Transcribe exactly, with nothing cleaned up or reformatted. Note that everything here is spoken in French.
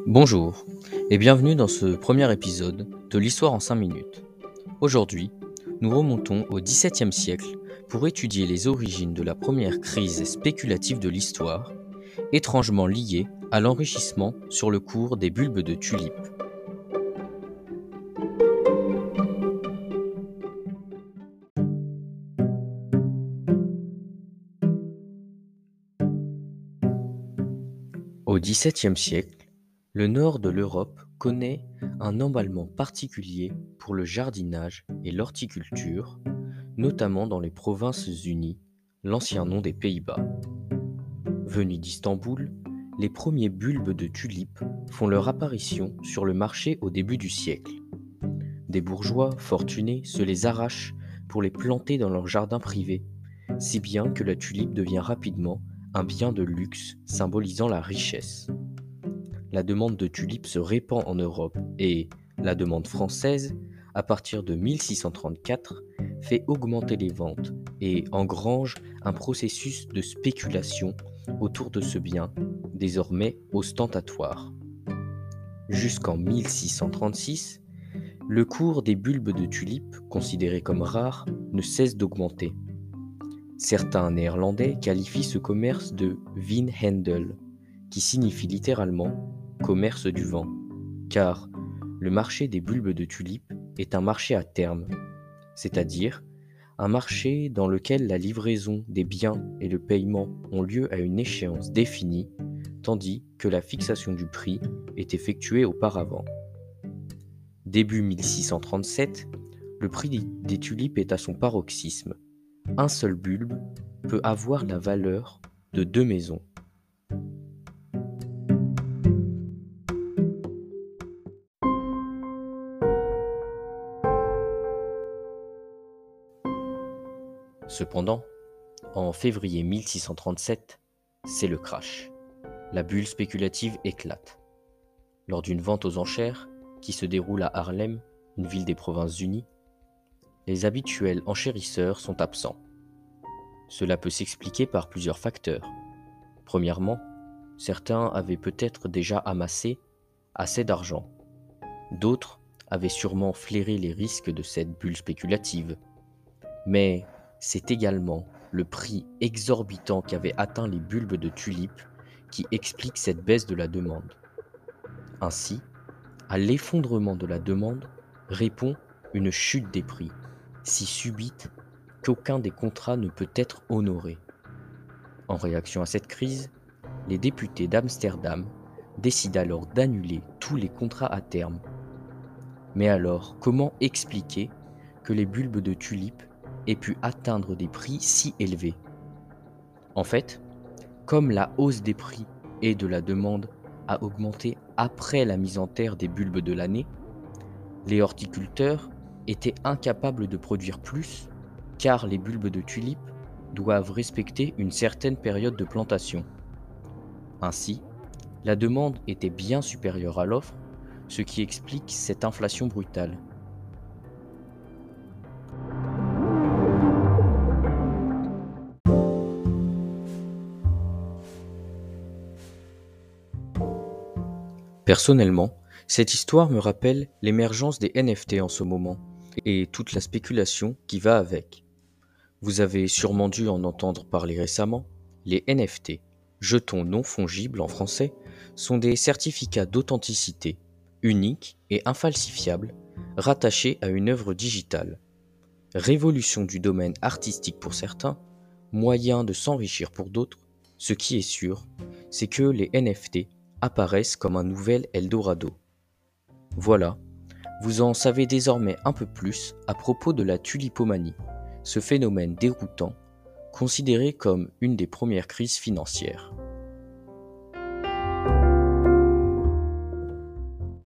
Bonjour et bienvenue dans ce premier épisode de l'Histoire en cinq minutes. Aujourd'hui, nous remontons au dix-septième siècle pour étudier les origines de la première crise spéculative de l'histoire, étrangement liée à l'enrichissement sur le cours des bulbes de tulipes. Au dix-septième siècle, le nord de l'Europe connaît un emballement particulier pour le jardinage et l'horticulture, notamment dans les Provinces-Unies, l'ancien nom des Pays-Bas. Venus d'Istanbul, les premiers bulbes de tulipes font leur apparition sur le marché au début du siècle. Des bourgeois fortunés se les arrachent pour les planter dans leur jardin privé, si bien que la tulipe devient rapidement un bien de luxe symbolisant la richesse. La demande de tulipes se répand en Europe et la demande française, à partir de mille six cent trente-quatre, fait augmenter les ventes et engrange un processus de spéculation autour de ce bien, désormais ostentatoire. Jusqu'en mille six cent trente-six, le cours des bulbes de tulipes, considérés comme rares, ne cesse d'augmenter. Certains Néerlandais qualifient ce commerce de Wijnhandel, qui signifie littéralement « commerce du vent », car le marché des bulbes de tulipes est un marché à terme, c'est-à-dire un marché dans lequel la livraison des biens et le paiement ont lieu à une échéance définie, tandis que la fixation du prix est effectuée auparavant. Début mille six cent trente-sept, le prix des tulipes est à son paroxysme. Un seul bulbe peut avoir la valeur de deux maisons. Cependant, en février mille six cent trente-sept, c'est le crash. La bulle spéculative éclate. Lors d'une vente aux enchères qui se déroule à Haarlem, une ville des Provinces-Unies, les habituels enchérisseurs sont absents. Cela peut s'expliquer par plusieurs facteurs. Premièrement, certains avaient peut-être déjà amassé assez d'argent. D'autres avaient sûrement flairé les risques de cette bulle spéculative. Mais c'est également le prix exorbitant qu'avaient atteint les bulbes de tulipes qui explique cette baisse de la demande. Ainsi, à l'effondrement de la demande répond une chute des prix, si subite qu'aucun des contrats ne peut être honoré. En réaction à cette crise, les députés d'Amsterdam décident alors d'annuler tous les contrats à terme. Mais alors, comment expliquer que les bulbes de tulipes aient pu atteindre des prix si élevés ? En fait, comme la hausse des prix et de la demande a augmenté après la mise en terre des bulbes de l'année, les horticulteurs étaient incapables de produire plus car les bulbes de tulipes doivent respecter une certaine période de plantation. Ainsi, la demande était bien supérieure à l'offre, ce qui explique cette inflation brutale. Personnellement, cette histoire me rappelle l'émergence des N F T en ce moment et toute la spéculation qui va avec. Vous avez sûrement dû en entendre parler récemment. Les N F T, jetons non fongibles en français, sont des certificats d'authenticité uniques et infalsifiables rattachés à une œuvre digitale. Révolution du domaine artistique pour certains, moyen de s'enrichir pour d'autres, ce qui est sûr, c'est que les N F T apparaissent comme un nouvel Eldorado. Voilà, vous en savez désormais un peu plus à propos de la tulipomanie, ce phénomène déroutant, considéré comme une des premières crises financières.